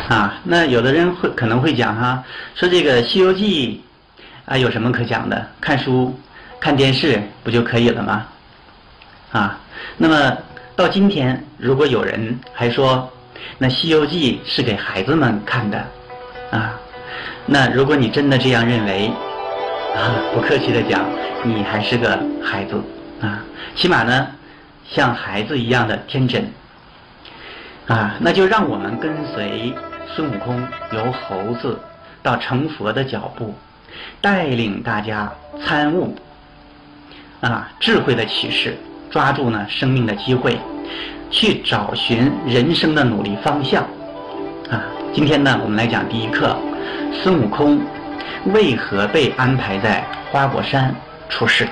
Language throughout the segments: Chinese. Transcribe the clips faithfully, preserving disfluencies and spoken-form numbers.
啊，那有的人会可能会讲哈，说这个《西游记》啊有什么可讲的？看书、看电视不就可以了吗？啊，那么到今天，如果有人还说那《西游记》是给孩子们看的啊，那如果你真的这样认为啊，不客气的讲，你还是个孩子啊，起码呢像孩子一样的天真啊，那就让我们跟随孙悟空由猴子到成佛的脚步，带领大家参悟啊智慧的启示，抓住呢生命的机会，去找寻人生的努力方向啊。今天呢，我们来讲第一课，孙悟空为何被安排在花果山出世？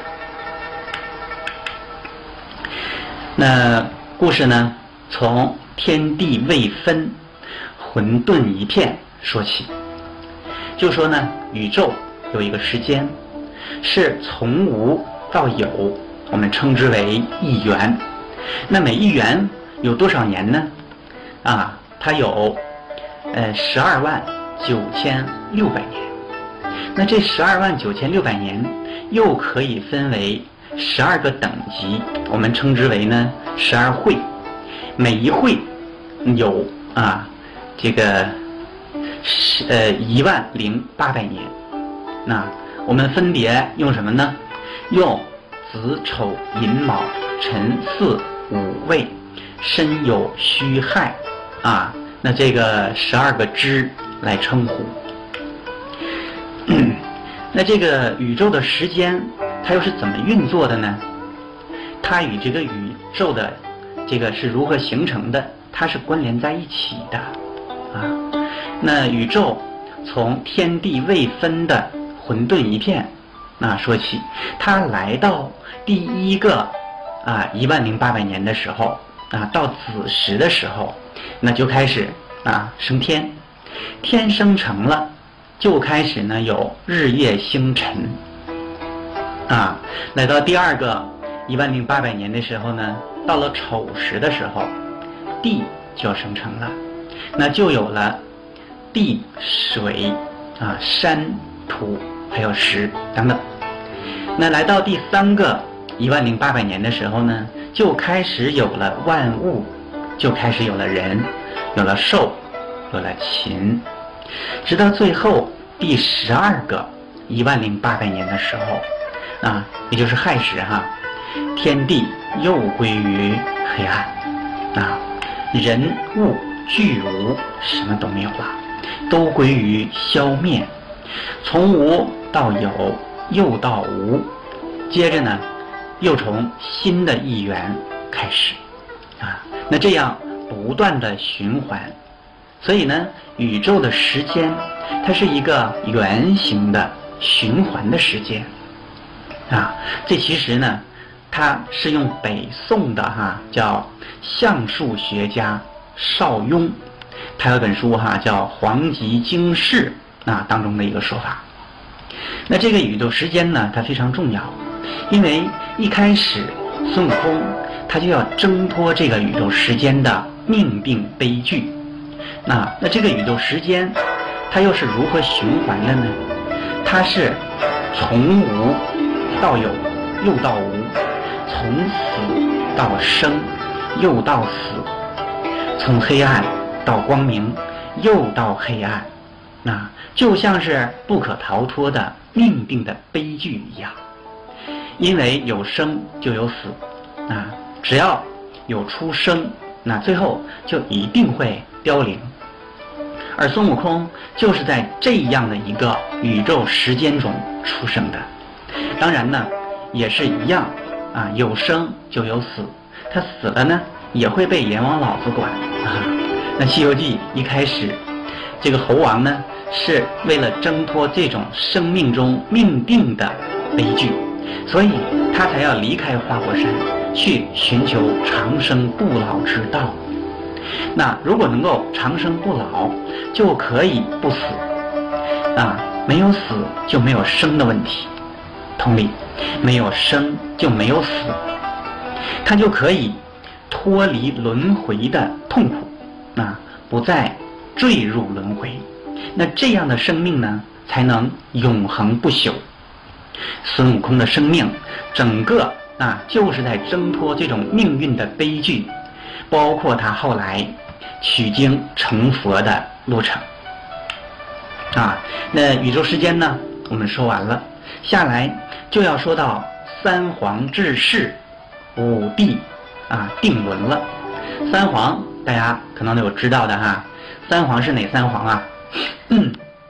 那故事呢，从天地未分，混沌一片说起。就说呢，宇宙有一个时间，是从无到有，我们称之为一元。那每一元有多少年呢？啊，它有呃十二万九千六百年。那这十二万九千六百年又可以分为十二个等级，我们称之为呢十二会。每一会有啊这个十呃一万零八百年。那我们分别用什么呢？用子丑寅卯辰巳午未申酉戌亥啊，那这个十二个支来称呼。那这个宇宙的时间它又是怎么运作的呢？它与这个宇宙的这个是如何形成的？它是关联在一起的啊。那宇宙从天地未分的混沌一片那说起，它来到第一个啊一万零八百年的时候啊，到子时的时候，那就开始啊升天，天生成了，就开始呢有日月星辰啊。来到第二个一万零八百年的时候呢，到了丑时的时候，地就生成了，那就有了地水啊山土还有石等等。那来到第三个一万零八百年的时候呢，就开始有了万物，就开始有了人，有了兽，有了禽，直到最后第十二个一万零八百年的时候啊，也就是亥时哈，天地又归于黑暗啊，人物俱无，什么都没有了，都归于消灭，从无到有，又到无，接着呢又从新的一元开始啊，那这样不断的循环。所以呢，宇宙的时间它是一个圆形的循环的时间啊。这其实呢，它是用北宋的哈叫相术学家邵雍，他有本书哈叫《黄极经世》啊当中的一个说法。那这个宇宙时间呢，它非常重要，因为一开始孙悟空他就要挣脱这个宇宙时间的命定悲剧。那那这个宇宙时间它又是如何循环的呢？它是从无到有，又到无，从死到生，又到死，从黑暗到光明，又到黑暗，那就像是不可逃脱的命定的悲剧一样。因为有生就有死啊，只要有出生，那最后就一定会凋零。而孙悟空就是在这样的一个宇宙时间中出生的。当然呢，也是一样啊，有生就有死，他死了呢，也会被阎王老子管啊。那《西游记》一开始，这个猴王呢，是为了挣脱这种生命中命定的悲剧，所以他才要离开花果山，去寻求长生不老之道。那如果能够长生不老，就可以不死啊，没有死就没有生的问题。同理，没有生就没有死，他就可以脱离轮回的痛苦啊，不再坠入轮回。那这样的生命呢，才能永恒不朽。孙悟空的生命，整个啊，就是在挣脱这种命运的悲剧，包括他后来取经成佛的路程。啊，那宇宙时间呢，我们说完了，下来就要说到三皇治世，五帝啊定伦了。三皇大家可能都有知道的哈，三皇是哪三皇啊？嗯，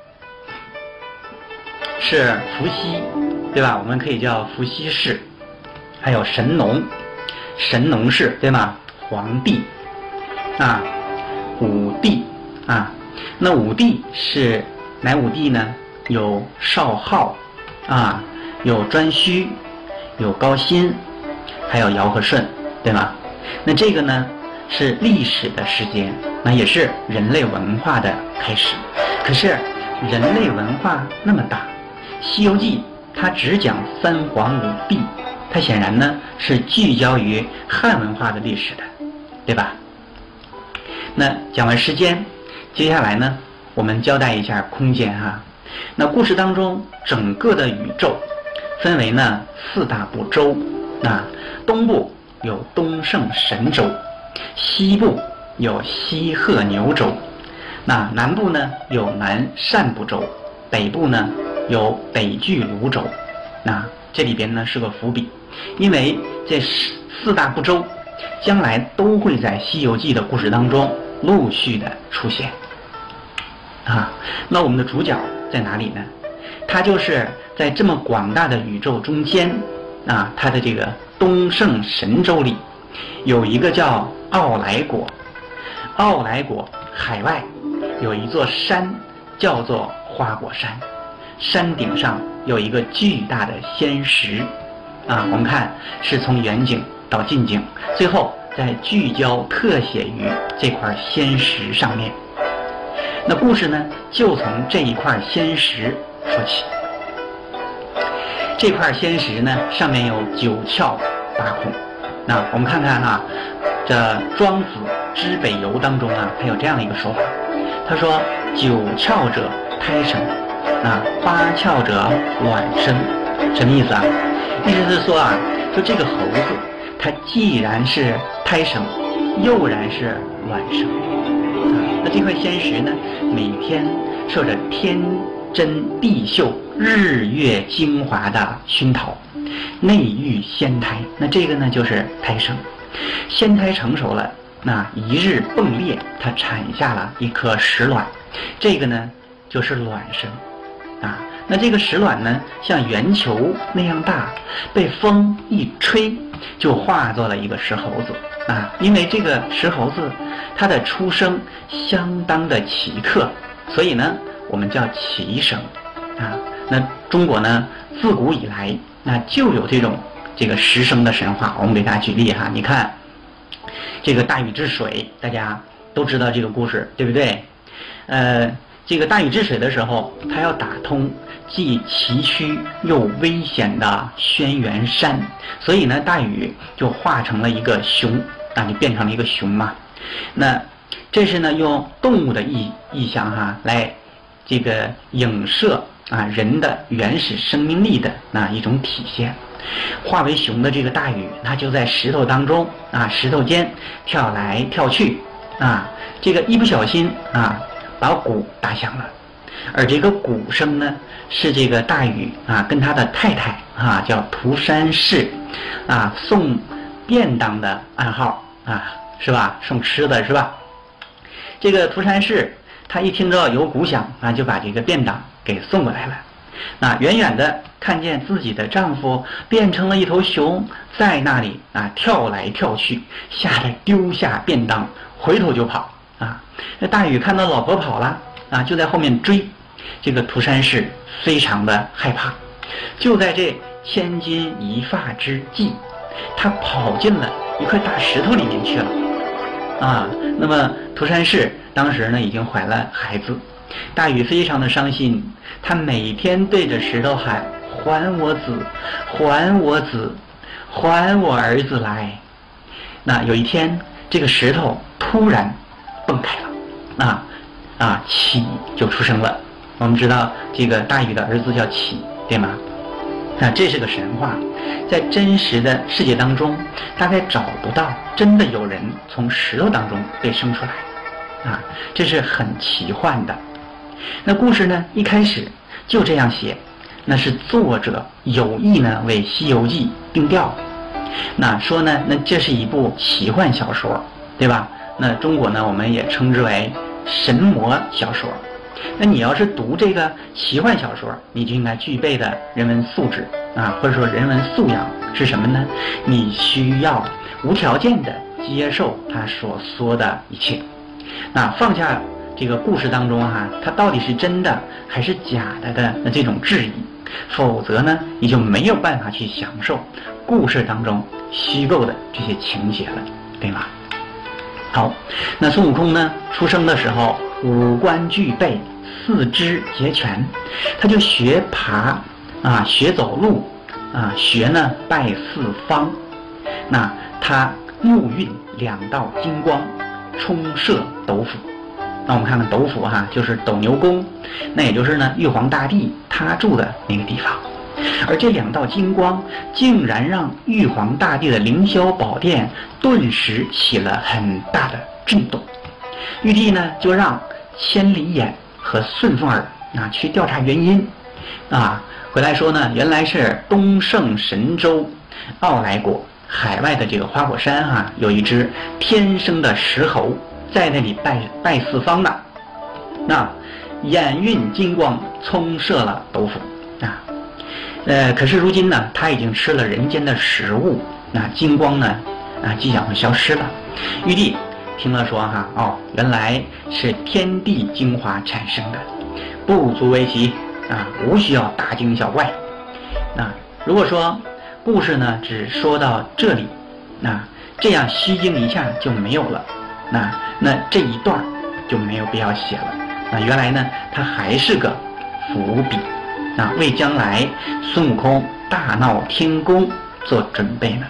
是伏羲，对吧？我们可以叫伏羲氏，还有神农，神农氏，对吗？黄帝啊，五帝啊。那五帝是哪五帝呢？有少昊啊，有颛顼，有高辛，还有尧和舜，对吗？那这个呢是历史的时间，那也是人类文化的开始。可是人类文化那么大，《西游记》它只讲三皇五帝，它显然呢是聚焦于汉文化的历史的，对吧？那讲完时间，接下来呢我们交代一下空间哈。那故事当中整个的宇宙分为呢四大部洲，那东部有东胜神州，西部有西鹤牛州，那南部呢有南赡部洲，北部呢有北俱泸州。那这里边呢是个伏笔，因为这四大部洲将来都会在《西游记》的故事当中陆续的出现啊。那我们的主角在哪里呢？他就是在这么广大的宇宙中间啊，他的这个东胜神州里有一个叫傲来国。傲来国海外有一座山叫做花果山，山顶上有一个巨大的仙石啊，我们看是从远景到近景，最后再聚焦特写于这块仙石上面。那故事呢就从这一块仙石说起。这块仙石呢上面有九窍八孔。那我们看看哈，这庄子知北游当中啊，他有这样的一个说法，他说九窍者胎生，啊八窍者卵生。什么意思啊？意思是说啊，说这个猴子它既然是胎生，又然是卵生。啊，那这块仙石呢，每天受着天真地秀、日月精华的熏陶，内育仙胎。那这个呢就是胎生。仙胎成熟了，那一日迸裂，它产下了一颗石卵，这个呢就是卵生啊。那这个石卵呢像圆球那样大，被风一吹就化作了一个石猴子啊。因为这个石猴子它的出生相当的奇特，所以呢我们叫奇生啊。那中国呢自古以来那就有这种这个石生的神话。我们给大家举例哈，你看这个大禹治水，大家都知道这个故事，对不对？呃，这个大禹治水的时候，他要打通既崎岖又危险的轩辕山，所以呢，大禹就化成了一个熊，那就变成了一个熊嘛。那这是呢用动物的意意象哈来这个影射啊人的原始生命力的那一种体现。化为熊的这个大禹，他就在石头当中啊，石头间跳来跳去啊，这个一不小心啊，把鼓打响了。而这个鼓声呢，是这个大禹啊跟他的太太啊叫涂山氏啊送便当的暗号啊，是吧？送吃的是吧？这个涂山氏他一听着有鼓响啊，就把这个便当给送过来了。那远远的看见自己的丈夫变成了一头熊，在那里啊跳来跳去，吓得丢下便当，回头就跑啊。那大禹看到老婆跑了啊，就在后面追。这个涂山氏非常的害怕，就在这千钧一发之际，他跑进了一块大石头里面去了啊。那么涂山氏当时呢已经怀了孩子，大禹非常的伤心，他每天对着石头喊：还我子，还我子，还我儿子来。那有一天这个石头突然蹦开了啊， 啊，启就出生了。我们知道这个大禹的儿子叫启，对吗？那这是个神话，在真实的世界当中，大概找不到真的有人从石头当中被生出来，啊，这是很奇幻的。那故事呢，一开始就这样写，那是作者有意呢为《西游记》定调。那说呢，那这是一部奇幻小说，对吧？那中国呢，我们也称之为神魔小说。那你要是读这个奇幻小说，你就应该具备的人文素质啊，或者说人文素养是什么呢？你需要无条件的接受他所说的一切，那放下这个故事当中哈、啊，它到底是真的还是假的的这种质疑，否则呢，你就没有办法去享受故事当中虚构的这些情节了，对吗？好，那孙悟空呢，出生的时候五官具备，四肢皆全，他就学爬啊，学走路啊，学呢拜四方。那他目运两道金光，冲射斗府。那我们看看斗府哈、啊，就是斗牛宫，那也就是呢玉皇大帝他住的那个地方。而这两道金光竟然让玉皇大帝的凌霄宝殿顿时起了很大的震动。玉帝呢就让千里眼和顺风耳啊去调查原因啊，回来说呢，原来是东胜神州傲来国海外的这个花果山哈、啊，有一只天生的石猴在那里拜拜四方呢。那眼运金光冲射了斗府啊。呃，可是如今呢，他已经吃了人间的食物，那金光呢，啊，即将会消失了。玉帝听了说哈，哦，原来是天地精华产生的，不足为奇啊，无需要大惊小怪。那如果说故事呢只说到这里，那这样虚惊一下就没有了，那那这一段就没有必要写了。那原来呢，它还是个伏笔。啊，为将来孙悟空大闹天宫做准备呢。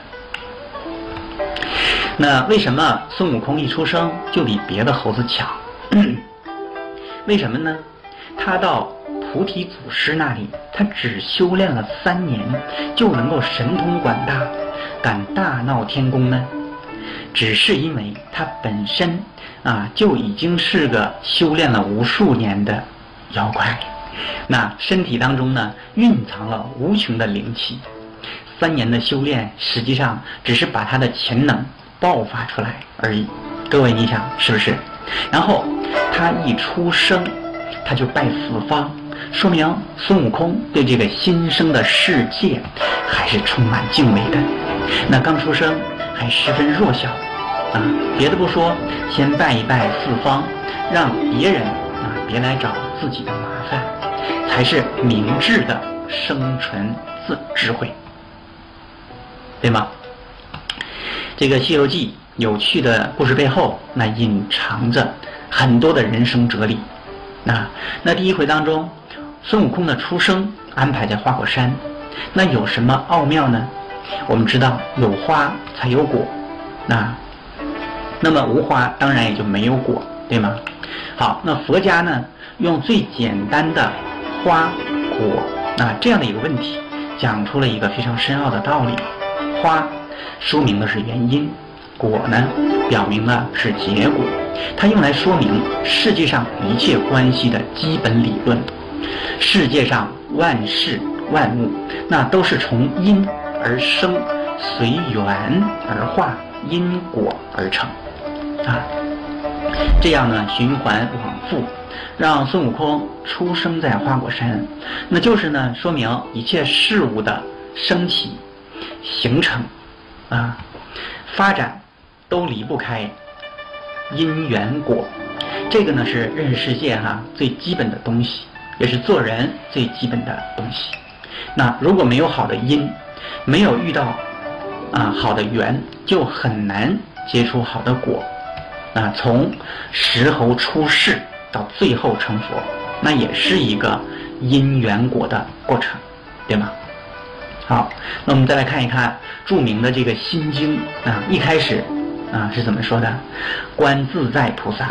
那为什么孙悟空一出生就比别的猴子强？为什么呢？他到菩提祖师那里，他只修炼了三年，就能够神通广大，敢大闹天宫呢？只是因为他本身啊就已经是个修炼了无数年的妖怪。那身体当中呢蕴藏了无穷的灵气，三年的修炼实际上只是把他的潜能爆发出来而已。各位你想是不是？然后他一出生他就拜四方，说明孙悟空对这个新生的世界还是充满敬畏的。那刚出生还十分弱小啊，别的不说，先拜一拜四方，让别人啊别来找自己的麻烦，才是明智的生存自智慧，对吗？这个《西游记》有趣的故事背后，那隐藏着很多的人生哲理。那那第一回当中，孙悟空的出生安排在花果山，那有什么奥妙呢？我们知道有花才有果，那那么无花当然也就没有果，对吗？好，那佛家呢用最简单的花果那这样的一个问题，讲出了一个非常深奥的道理。花说明的是原因，果呢表明的是结果，它用来说明世界上一切关系的基本理论。世界上万事万物那都是从因而生，随缘而化，因果而成啊。这样呢循环往复，让孙悟空出生在花果山，那就是呢说明一切事物的升起、形成啊、发展都离不开因缘果。这个呢是认识世界哈最基本的东西，也是做人最基本的东西。那如果没有好的因，没有遇到啊好的缘，就很难结出好的果。啊，从石猴出世到最后成佛，那也是一个因缘果的过程，对吗？好，那我们再来看一看著名的这个心经啊，一开始啊是怎么说的？观自在菩萨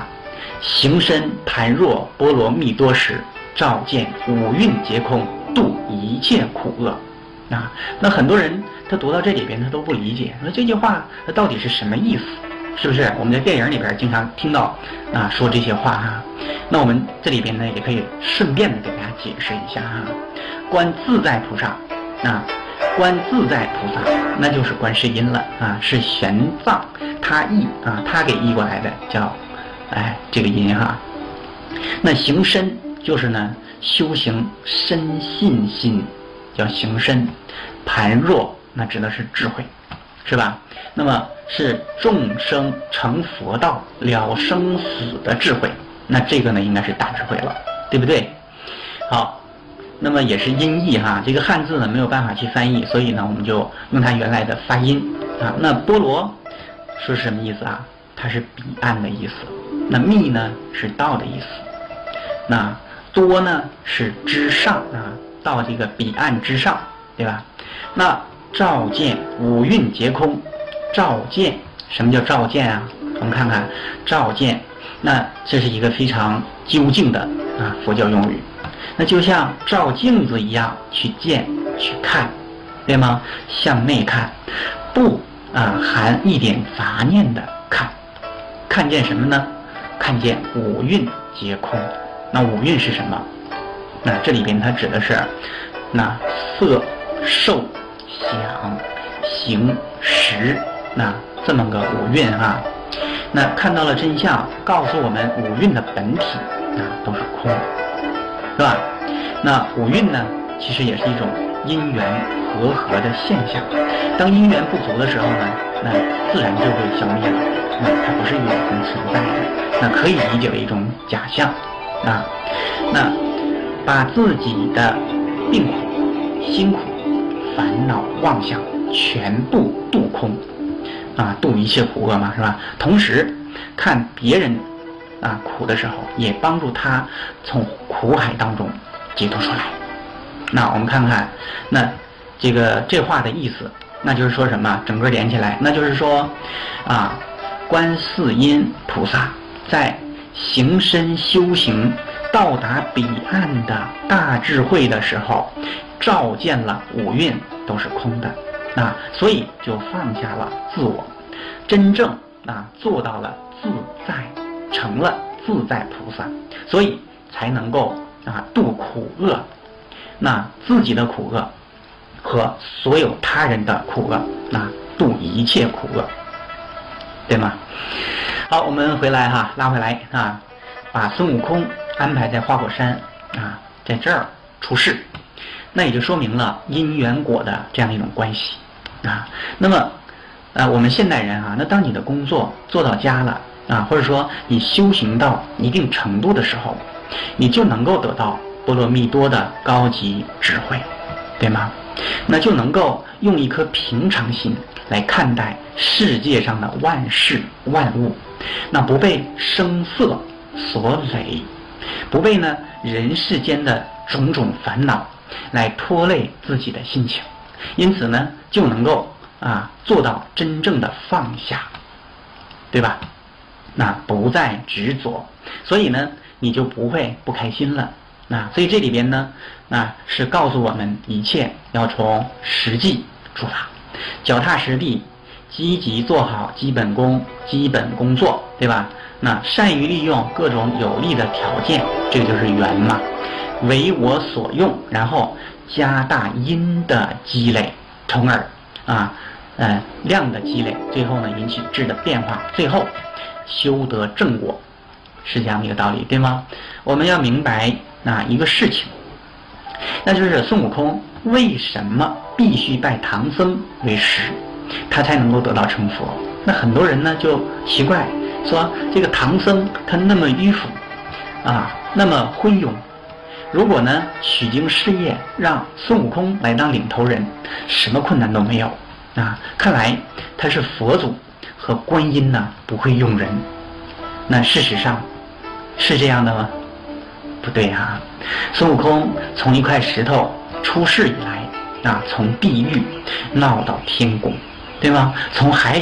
行深盘若波罗蜜多时，照见五蕴皆空，度一切苦厄。啊，那很多人他读到这里边他都不理解，说这句话它到底是什么意思？是不是？我们在电影里边经常听到啊说这些话哈、啊。那我们这里边呢也可以顺便的给大家解释一下哈、啊。观自在菩萨啊，观自在菩萨那就是观世音了啊，是玄奘他译啊，他给译过来的叫哎这个音哈。那行深就是呢修行深信心，叫行深。盘若那指的是智慧，是吧？那么是众生成佛道了生死的智慧，那这个呢应该是大智慧了，对不对？好，那么也是音译哈，这个汉字呢没有办法去翻译，所以呢我们就用它原来的发音啊。那波罗说是什么意思啊？它是彼岸的意思。那密呢是道的意思。那多呢是之上啊，到这个彼岸之上，对吧？那照见五蕴皆空，照见什么叫照见啊？我们看看照见，那这是一个非常究竟的啊佛教用语，那就像照镜子一样去见去看，对吗？向内看，不啊含一点杂念的看，看见什么呢？看见五蕴皆空。那五蕴是什么？那这里边它指的是那色受想行识，那这么个五蕴哈。那看到了真相，告诉我们五蕴的本体啊都是空，是吧？那五蕴呢其实也是一种因缘和合的现象，当因缘不足的时候呢，那自然就会消灭了，那它不是永恒存在的，那可以理解为一种假象啊。那把自己的病苦辛苦烦恼妄想全部度空啊，度一切苦厄嘛，是吧？同时看别人啊苦的时候，也帮助他从苦海当中解脱出来。那我们看看，那这个这话的意思，那就是说什么？整个连起来，那就是说啊，观世音菩萨在行深修行到达彼岸的大智慧的时候，照见了五蕴都是空的，啊，所以就放下了自我，真正啊做到了自在，成了自在菩萨，所以才能够啊度苦厄，那自己的苦厄和所有他人的苦厄，那度一切苦厄，对吗？好，我们回来哈，拉回来啊，把孙悟空安排在花果山啊，在这儿出世，那也就说明了因缘果的这样一种关系啊。那么，呃，我们现代人啊，那当你的工作做到家了啊，或者说你修行到一定程度的时候，你就能够得到波罗蜜多的高级智慧，对吗？那就能够用一颗平常心来看待世界上的万事万物，那不被声色所累，不被呢人世间的种种烦恼来拖累自己的心情，因此呢就能够啊做到真正的放下，对吧？那不再执着，所以呢你就不会不开心了。那所以这里边呢，那是告诉我们一切要从实际出发，脚踏实地，积极做好基本功、基本工作，对吧？那善于利用各种有利的条件，这个就是缘嘛，为我所用，然后加大因的积累，从而啊，呃量的积累，最后呢引起质的变化，最后修得正果，是这样的一个道理，对吗？我们要明白那一个事情，那就是孙悟空为什么必须拜唐僧为师，他才能够得到成佛。那很多人呢就奇怪，说这个唐僧他那么迂腐啊，那么昏庸，如果呢取经事业让孙悟空来当领头人，什么困难都没有啊。看来他是佛祖和观音呢不会用人。那事实上是这样的吗？不对啊，孙悟空从一块石头出世以来啊，从地狱闹到天宫，对吗？从海里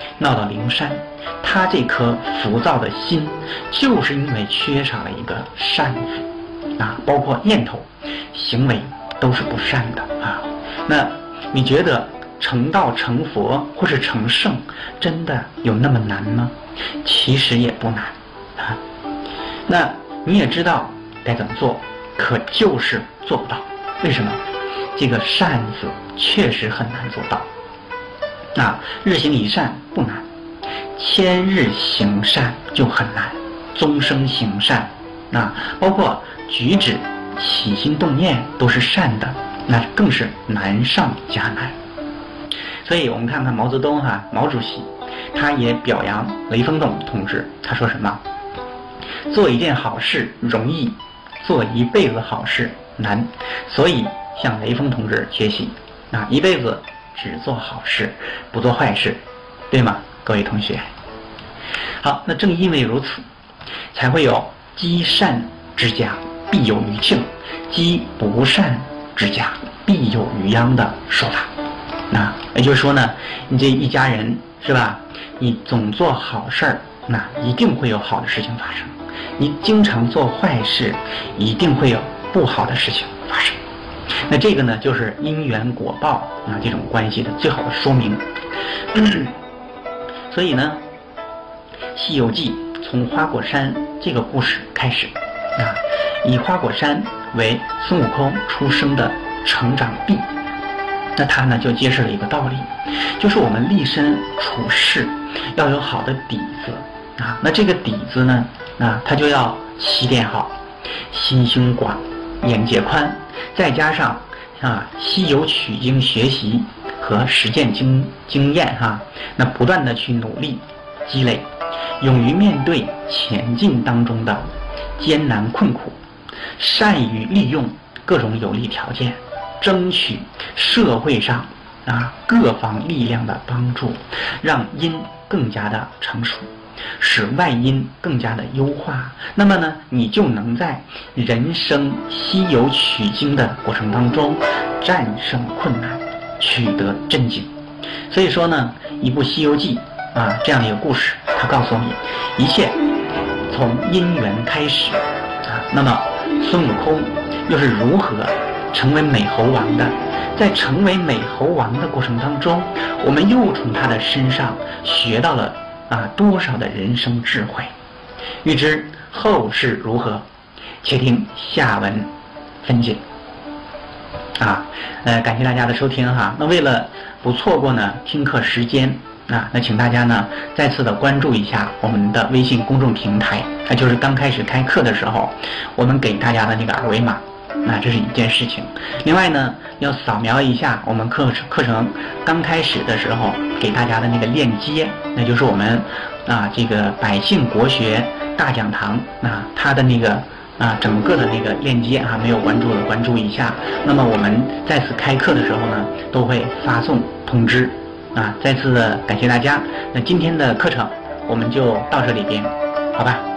闹到灵山，他这颗浮躁的心，就是因为缺少了一个善字啊，包括念头、行为都是不善的啊。那你觉得成道成佛或是成圣，真的有那么难吗？其实也不难啊。那你也知道该怎么做，可就是做不到。为什么？这个善字确实很难做到。那日行一善不难，千日行善就很难。终生行善，那包括举止、起心动念都是善的，那更是难上加难。所以我们看看毛泽东哈、啊，毛主席，他也表扬雷锋同同志，他说什么？做一件好事容易，做一辈子好事难。所以向雷锋同志学习啊，一辈子只做好事，不做坏事，对吗？各位同学。好，那正因为如此，才会有积善之家必有余庆，积不善之家必有余殃的说法。那也就是说呢，你这一家人是吧？你总做好事儿，那一定会有好的事情发生；你经常做坏事，一定会有不好的事情发生。那这个呢，就是因缘果报啊这种关系的最好的说明。嗯、所以呢，《西游记》从花果山这个故事开始啊，以花果山为孙悟空出生的成长地。那他呢就揭示了一个道理，就是我们立身处世要有好的底子啊。那这个底子呢，啊，他就要起点好，心胸广，眼界宽，再加上啊西游取经学习和实践经经验哈、啊，那不断的去努力积累，勇于面对前进当中的艰难困苦，善于利用各种有利条件，争取社会上啊各方力量的帮助，让因更加的成熟，使外因更加的优化。那么呢，你就能在人生西游取经的过程当中战胜困难，取得镇静。所以说呢，一部《西游记》啊这样的一个故事，它告诉你，一切从因缘开始啊。那么孙悟空又是如何成为美猴王的？在成为美猴王的过程当中，我们又从他的身上学到了啊多少的人生智慧。欲知后事如何，且听下文分解。啊，呃，感谢大家的收听哈。那为了不错过呢听课时间啊，那请大家呢再次的关注一下我们的微信公众平台，那就是刚开始开课的时候，我们给大家的那个二维码。那这是一件事情。另外呢，要扫描一下我们课程课程刚开始的时候给大家的那个链接，那就是我们啊这个百姓国学大讲堂啊它的那个啊整个的那个链接啊，没有关注的关注一下。那么我们再次开课的时候呢，都会发送通知啊。再次的感谢大家。那今天的课程我们就到这里边，好吧？